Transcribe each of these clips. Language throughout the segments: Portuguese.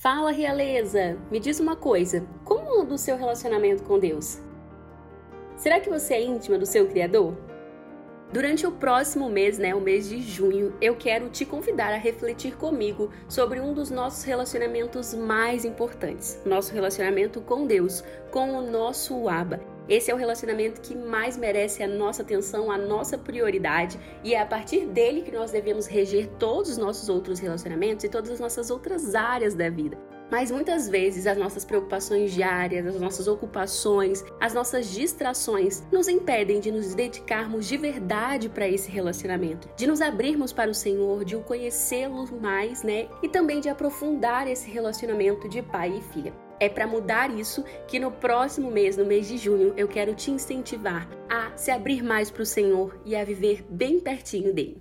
Fala, realeza! Me diz uma coisa, como anda o seu relacionamento com Deus? Será que você é íntima do seu Criador? Durante o próximo mês, o mês de junho, eu quero te convidar a refletir comigo sobre um dos nossos relacionamentos mais importantes, nosso relacionamento com Deus, com o nosso Abba. Esse é o relacionamento que mais merece a nossa atenção, a nossa prioridade, e é a partir dele que nós devemos reger todos os nossos outros relacionamentos e todas as nossas outras áreas da vida. Mas muitas vezes as nossas preocupações diárias, as nossas ocupações, as nossas distrações nos impedem de nos dedicarmos de verdade para esse relacionamento, de nos abrirmos para o Senhor, de o conhecê-lo mais, e também de aprofundar esse relacionamento de pai e filha. É para mudar isso que no próximo mês, no mês de junho, eu quero te incentivar a se abrir mais para o Senhor e a viver bem pertinho dele.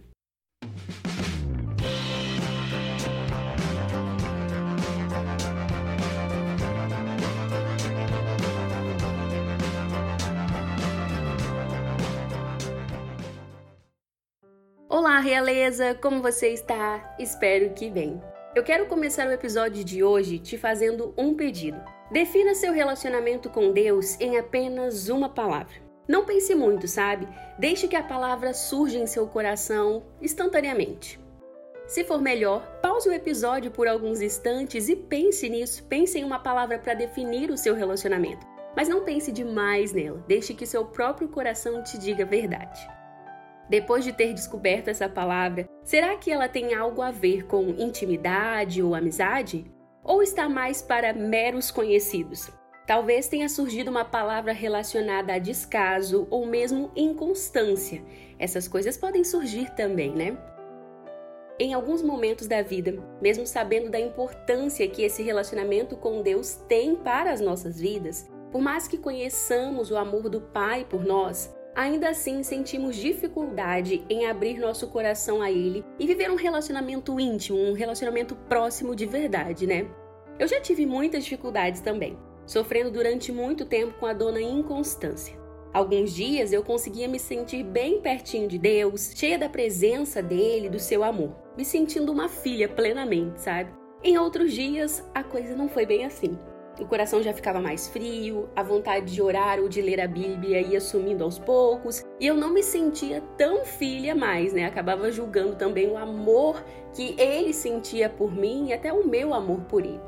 Olá, realeza! Como você está? Espero que bem. Eu quero começar o episódio de hoje te fazendo um pedido. Defina seu relacionamento com Deus em apenas uma palavra. Não pense muito, sabe? Deixe que a palavra surja em seu coração instantaneamente. Se for melhor, pause o episódio por alguns instantes e pense nisso. Pense em uma palavra para definir o seu relacionamento. Mas não pense demais nela. Deixe que seu próprio coração te diga a verdade. Depois de ter descoberto essa palavra, será que ela tem algo a ver com intimidade ou amizade? Ou está mais para meros conhecidos? Talvez tenha surgido uma palavra relacionada a descaso ou mesmo inconstância. Essas coisas podem surgir também, Em alguns momentos da vida, mesmo sabendo da importância que esse relacionamento com Deus tem para as nossas vidas, por mais que conheçamos o amor do Pai por nós, ainda assim sentimos dificuldade em abrir nosso coração a Ele e viver um relacionamento íntimo, um relacionamento próximo de verdade, Eu já tive muitas dificuldades também, sofrendo durante muito tempo com a dona inconstância. Alguns dias eu conseguia me sentir bem pertinho de Deus, cheia da presença dEle, do seu amor, me sentindo uma filha plenamente, sabe? Em outros dias, a coisa não foi bem assim. O coração já ficava mais frio, a vontade de orar ou de ler a Bíblia ia sumindo aos poucos e eu não me sentia tão filha mais, Acabava julgando também o amor que ele sentia por mim e até o meu amor por ele.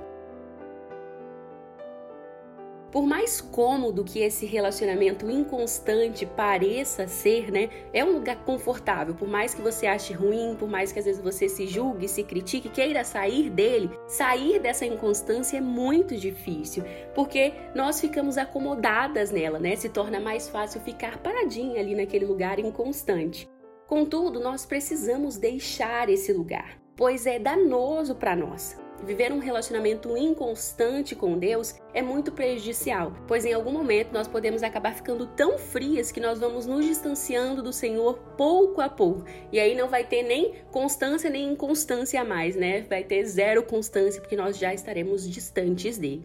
Por mais cômodo que esse relacionamento inconstante pareça ser, É um lugar confortável, por mais que você ache ruim, por mais que às vezes você se julgue, se critique, queira sair dele, sair dessa inconstância é muito difícil, porque nós ficamos acomodadas nela, Se torna mais fácil ficar paradinha ali naquele lugar inconstante. Contudo, nós precisamos deixar esse lugar, pois é danoso para nós. Viver um relacionamento inconstante com Deus é muito prejudicial, pois em algum momento nós podemos acabar ficando tão frias que nós vamos nos distanciando do Senhor pouco a pouco. E aí não vai ter nem constância nem inconstância a mais, Vai ter zero constância porque nós já estaremos distantes dele.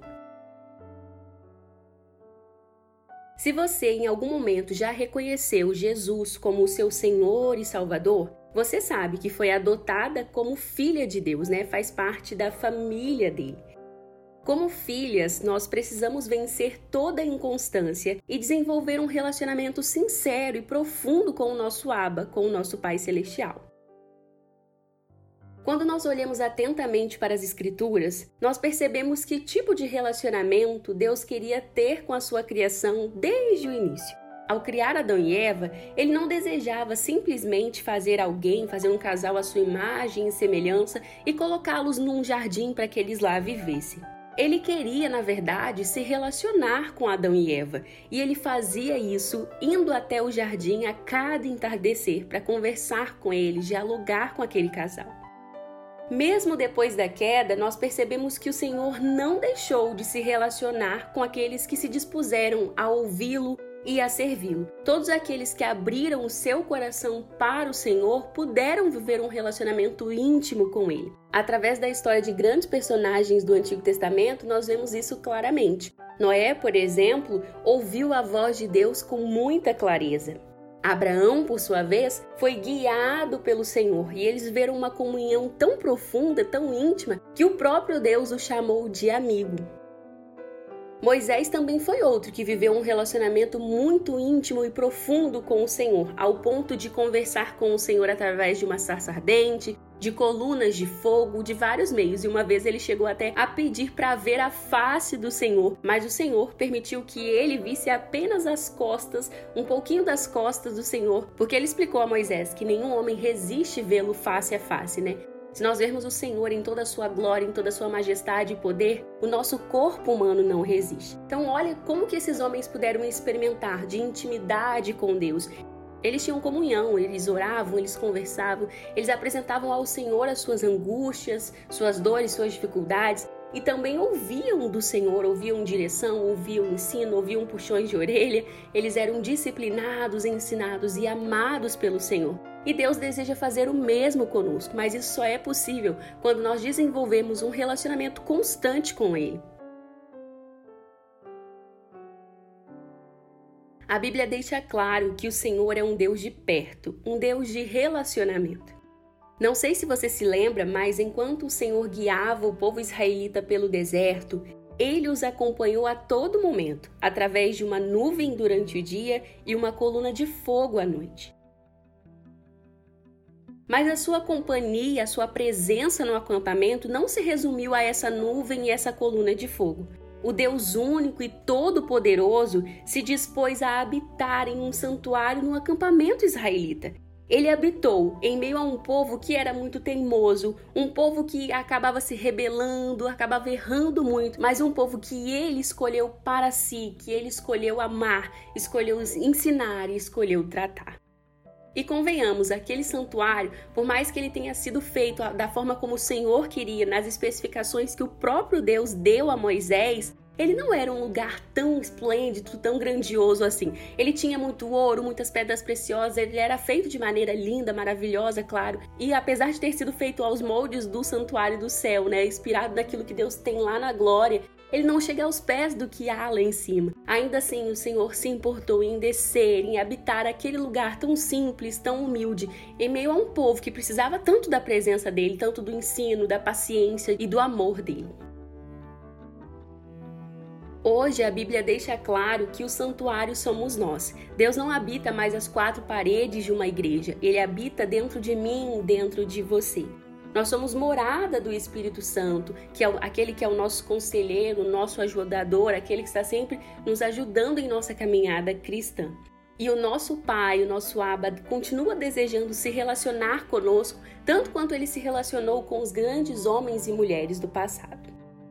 Se você em algum momento já reconheceu Jesus como o seu Senhor e Salvador, você sabe que foi adotada como filha de Deus, Faz parte da família dele. Como filhas, nós precisamos vencer toda a inconstância e desenvolver um relacionamento sincero e profundo com o nosso Abba, com o nosso Pai Celestial. Quando nós olhamos atentamente para as Escrituras, nós percebemos que tipo de relacionamento Deus queria ter com a sua criação desde o início. Ao criar Adão e Eva, ele não desejava simplesmente fazer um casal à sua imagem e semelhança e colocá-los num jardim para que eles lá vivessem. Ele queria, na verdade, se relacionar com Adão e Eva, e ele fazia isso indo até o jardim a cada entardecer para conversar com eles, dialogar com aquele casal. Mesmo depois da queda, nós percebemos que o Senhor não deixou de se relacionar com aqueles que se dispuseram a ouvi-lo e a servi-lo. Todos aqueles que abriram o seu coração para o Senhor puderam viver um relacionamento íntimo com Ele. Através da história de grandes personagens do Antigo Testamento, nós vemos isso claramente. Noé, por exemplo, ouviu a voz de Deus com muita clareza. Abraão, por sua vez, foi guiado pelo Senhor e eles viveram uma comunhão tão profunda, tão íntima, que o próprio Deus o chamou de amigo. Moisés também foi outro que viveu um relacionamento muito íntimo e profundo com o Senhor, ao ponto de conversar com o Senhor através de uma sarça ardente, de colunas de fogo, de vários meios. E uma vez ele chegou até a pedir para ver a face do Senhor, mas o Senhor permitiu que ele visse apenas as costas, um pouquinho das costas do Senhor, porque ele explicou a Moisés que nenhum homem resiste vê-lo face a face, né? Se nós vermos o Senhor em toda a sua glória, em toda a sua majestade e poder, o nosso corpo humano não resiste. Então olha como que esses homens puderam experimentar de intimidade com Deus. Eles tinham comunhão, eles oravam, eles conversavam, eles apresentavam ao Senhor as suas angústias, suas dores, suas dificuldades, e também ouviam do Senhor, ouviam direção, ouviam ensino, ouviam puxões de orelha. Eles eram disciplinados, ensinados e amados pelo Senhor. E Deus deseja fazer o mesmo conosco, mas isso só é possível quando nós desenvolvemos um relacionamento constante com Ele. A Bíblia deixa claro que o Senhor é um Deus de perto, um Deus de relacionamento. Não sei se você se lembra, mas enquanto o Senhor guiava o povo israelita pelo deserto, Ele os acompanhou a todo momento, através de uma nuvem durante o dia e uma coluna de fogo à noite. Mas a sua companhia, a sua presença no acampamento não se resumiu a essa nuvem e essa coluna de fogo. O Deus único e todo-poderoso se dispôs a habitar em um santuário no acampamento israelita. Ele habitou em meio a um povo que era muito teimoso, um povo que acabava se rebelando, acabava errando muito, mas um povo que ele escolheu para si, que ele escolheu amar, escolheu ensinar e escolheu tratar. E convenhamos, aquele santuário, por mais que ele tenha sido feito da forma como o Senhor queria, nas especificações que o próprio Deus deu a Moisés, ele não era um lugar tão esplêndido, tão grandioso assim. Ele tinha muito ouro, muitas pedras preciosas, ele era feito de maneira linda, maravilhosa, claro. E apesar de ter sido feito aos moldes do santuário do céu, né, inspirado naquilo que Deus tem lá na glória, ele não chega aos pés do que há lá em cima. Ainda assim, o Senhor se importou em descer, em habitar aquele lugar tão simples, tão humilde, em meio a um povo que precisava tanto da presença dele, tanto do ensino, da paciência e do amor dele. Hoje a Bíblia deixa claro que o santuário somos nós. Deus não habita mais as quatro paredes de uma igreja. Ele habita dentro de mim, dentro de você. Nós somos morada do Espírito Santo, que é aquele que é o nosso conselheiro, o nosso ajudador, aquele que está sempre nos ajudando em nossa caminhada cristã. E o nosso Pai, o nosso Abba, continua desejando se relacionar conosco, tanto quanto ele se relacionou com os grandes homens e mulheres do passado.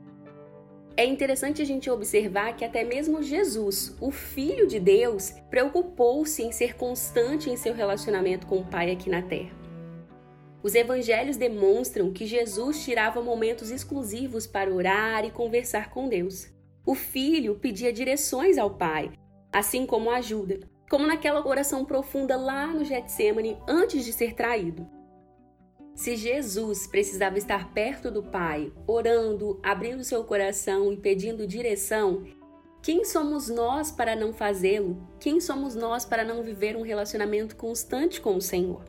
É interessante a gente observar que até mesmo Jesus, o Filho de Deus, preocupou-se em ser constante em seu relacionamento com o Pai aqui na Terra. Os evangelhos demonstram que Jesus tirava momentos exclusivos para orar e conversar com Deus. O Filho pedia direções ao Pai, assim como ajuda, como naquela oração profunda lá no Getsêmani antes de ser traído. Se Jesus precisava estar perto do Pai, orando, abrindo seu coração e pedindo direção, quem somos nós para não fazê-lo? Quem somos nós para não viver um relacionamento constante com o Senhor?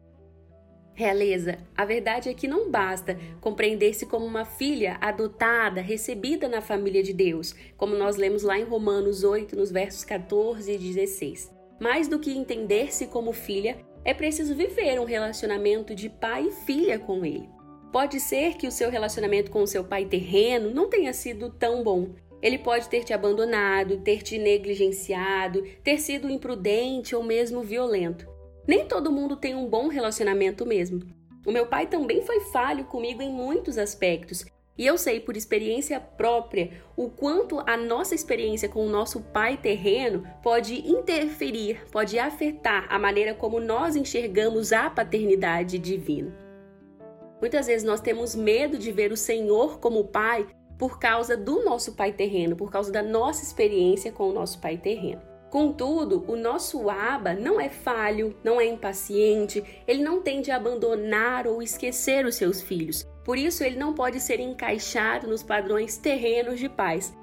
Realeza, a verdade é que não basta compreender-se como uma filha adotada, recebida na família de Deus, como nós lemos lá em Romanos 8, nos versos 14 e 16. Mais do que entender-se como filha, é preciso viver um relacionamento de pai e filha com ele. Pode ser que o seu relacionamento com o seu pai terreno não tenha sido tão bom. Ele pode ter te abandonado, ter te negligenciado, ter sido imprudente ou mesmo violento. Nem todo mundo tem um bom relacionamento mesmo. O meu pai também foi falho comigo em muitos aspectos. E eu sei por experiência própria o quanto a nossa experiência com o nosso pai terreno pode interferir, pode afetar a maneira como nós enxergamos a paternidade divina. Muitas vezes nós temos medo de ver o Senhor como pai por causa do nosso pai terreno, por causa da nossa experiência com o nosso pai terreno. Contudo, o nosso Abba não é falho, não é impaciente, ele não tende a abandonar ou esquecer os seus filhos. Por isso, ele não pode ser encaixado nos padrões terrenos de pais.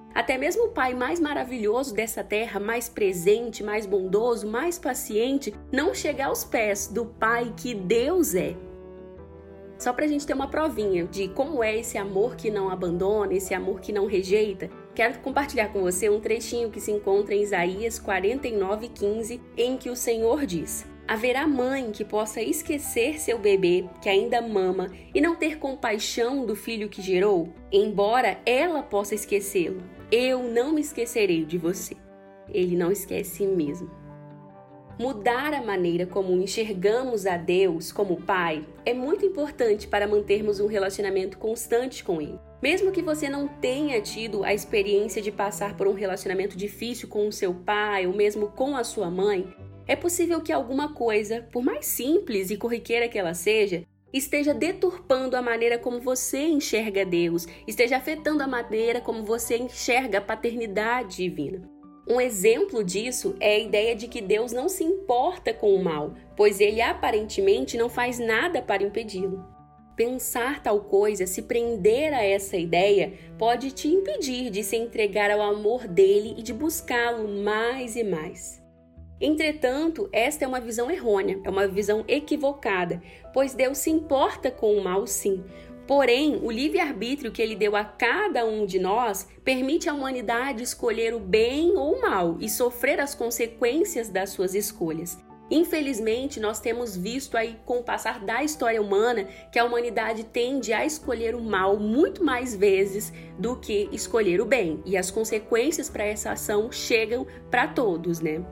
Até mesmo o pai mais maravilhoso dessa terra, mais presente, mais bondoso, mais paciente, não chega aos pés do pai que Deus é. Só pra gente ter uma provinha de como é esse amor que não abandona, esse amor que não rejeita, quero compartilhar com você um trechinho que se encontra em Isaías 49:15, em que o Senhor diz: haverá mãe que possa esquecer seu bebê, que ainda mama, e não ter compaixão do filho que gerou? Embora ela possa esquecê-lo, eu não me esquecerei de você. Ele não esquece mesmo. Mudar a maneira como enxergamos a Deus como Pai é muito importante para mantermos um relacionamento constante com Ele. Mesmo que você não tenha tido a experiência de passar por um relacionamento difícil com o seu pai ou mesmo com a sua mãe, é possível que alguma coisa, por mais simples e corriqueira que ela seja, esteja deturpando a maneira como você enxerga Deus, esteja afetando a maneira como você enxerga a paternidade divina. Um exemplo disso é a ideia de que Deus não se importa com o mal, pois ele aparentemente não faz nada para impedi-lo. Pensar tal coisa, se prender a essa ideia, pode te impedir de se entregar ao amor dele e de buscá-lo mais e mais. Entretanto, esta é uma visão errônea, é uma visão equivocada, pois Deus se importa com o mal sim. Porém, o livre-arbítrio que ele deu a cada um de nós permite à humanidade escolher o bem ou o mal e sofrer as consequências das suas escolhas. Infelizmente, nós temos visto aí com o passar da história humana que a humanidade tende a escolher o mal muito mais vezes do que escolher o bem. E as consequências para essa ação chegam para todos, né?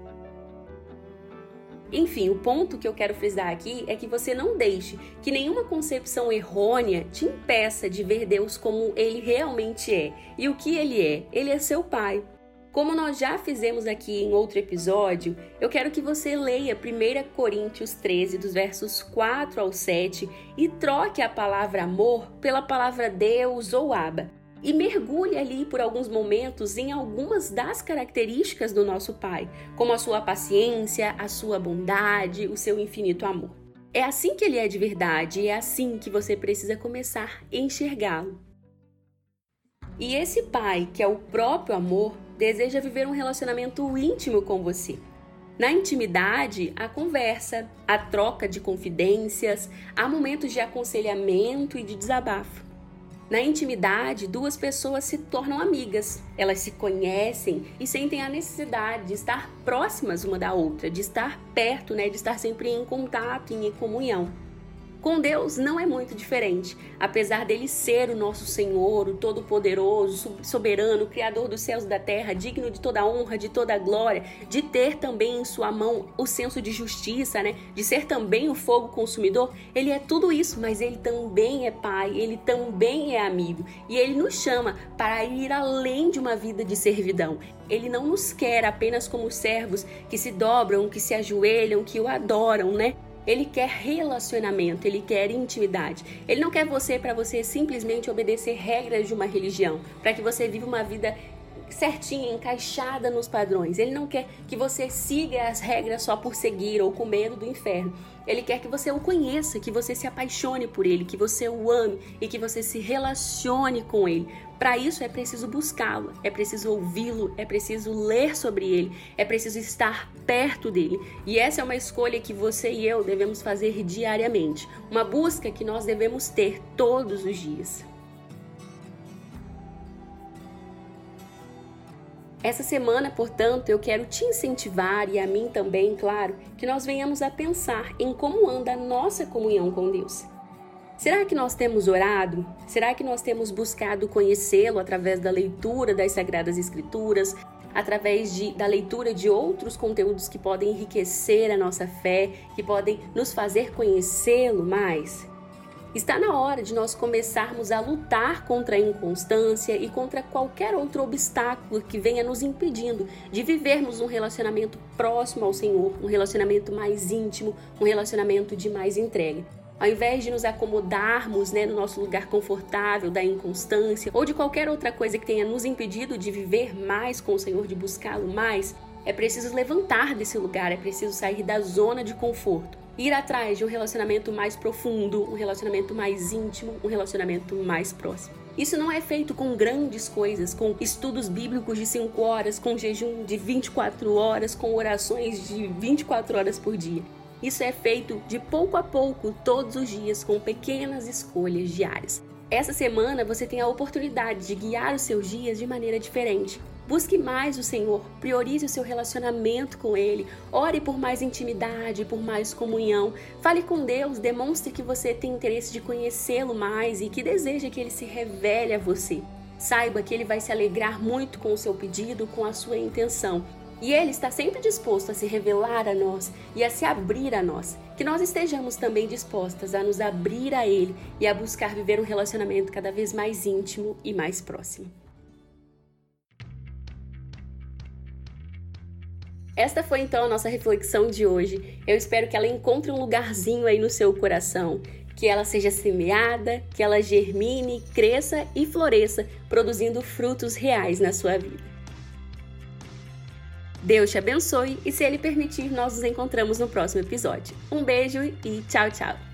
Enfim, o ponto que eu quero frisar aqui é que você não deixe que nenhuma concepção errônea te impeça de ver Deus como Ele realmente é. E o que Ele é? Ele é seu Pai. Como nós já fizemos aqui em outro episódio, eu quero que você leia 1 Coríntios 13, dos versos 4 ao 7, e troque a palavra amor pela palavra Deus ou Abba. E mergulhe ali por alguns momentos em algumas das características do nosso Pai, como a sua paciência, a sua bondade, o seu infinito amor. É assim que Ele é de verdade e é assim que você precisa começar a enxergá-lo. E esse Pai, que é o próprio amor, deseja viver um relacionamento íntimo com você. Na intimidade, há conversa, há troca de confidências, há momentos de aconselhamento e de desabafo. Na intimidade, duas pessoas se tornam amigas, elas se conhecem e sentem a necessidade de estar próximas uma da outra, de estar perto, de estar sempre em contato, em comunhão. Com Deus não é muito diferente, apesar dele ser o nosso Senhor, o Todo-Poderoso, soberano, Criador dos céus e da terra, digno de toda honra, de toda glória, de ter também em sua mão o senso de justiça, de ser também o fogo consumidor. Ele é tudo isso, mas ele também é Pai, ele também é amigo e ele nos chama para ir além de uma vida de servidão. Ele não nos quer apenas como servos que se dobram, que se ajoelham, que o adoram, Ele quer relacionamento, ele quer intimidade. Ele não quer você para você simplesmente obedecer regras de uma religião, para que você viva uma vida certinha, encaixada nos padrões. Ele não quer que você siga as regras só por seguir ou com medo do inferno. Ele quer que você o conheça, que você se apaixone por ele, que você o ame e que você se relacione com ele. Para isso é preciso buscá-lo, é preciso ouvi-lo, é preciso ler sobre ele, é preciso estar perto dele. E essa é uma escolha que você e eu devemos fazer diariamente, uma busca que nós devemos ter todos os dias. Essa semana, portanto, eu quero te incentivar, e a mim também, claro, que nós venhamos a pensar em como anda a nossa comunhão com Deus. Será que nós temos orado? Será que nós temos buscado conhecê-lo através da leitura das Sagradas Escrituras, através da leitura de outros conteúdos que podem enriquecer a nossa fé, que podem nos fazer conhecê-lo mais? Está na hora de nós começarmos a lutar contra a inconstância e contra qualquer outro obstáculo que venha nos impedindo de vivermos um relacionamento próximo ao Senhor, um relacionamento mais íntimo, um relacionamento de mais entrega. Ao invés de nos acomodarmos no nosso lugar confortável da inconstância ou de qualquer outra coisa que tenha nos impedido de viver mais com o Senhor, de buscá-lo mais, é preciso levantar desse lugar, é preciso sair da zona de conforto. Ir atrás de um relacionamento mais profundo, um relacionamento mais íntimo, um relacionamento mais próximo. Isso não é feito com grandes coisas, com estudos bíblicos de 5 horas, com jejum de 24 horas, com orações de 24 horas por dia. Isso é feito de pouco a pouco, todos os dias, com pequenas escolhas diárias. Essa semana você tem a oportunidade de guiar os seus dias de maneira diferente. Busque mais o Senhor, priorize o seu relacionamento com Ele, ore por mais intimidade, por mais comunhão. Fale com Deus, demonstre que você tem interesse de conhecê-lo mais e que deseja que Ele se revele a você. Saiba que Ele vai se alegrar muito com o seu pedido, com a sua intenção. E Ele está sempre disposto a se revelar a nós e a se abrir a nós. Que nós estejamos também dispostas a nos abrir a Ele e a buscar viver um relacionamento cada vez mais íntimo e mais próximo. Esta foi então a nossa reflexão de hoje. Eu espero que ela encontre um lugarzinho aí no seu coração, que ela seja semeada, que ela germine, cresça e floresça, produzindo frutos reais na sua vida. Deus te abençoe e, se Ele permitir, nós nos encontramos no próximo episódio. Um beijo e tchau, tchau!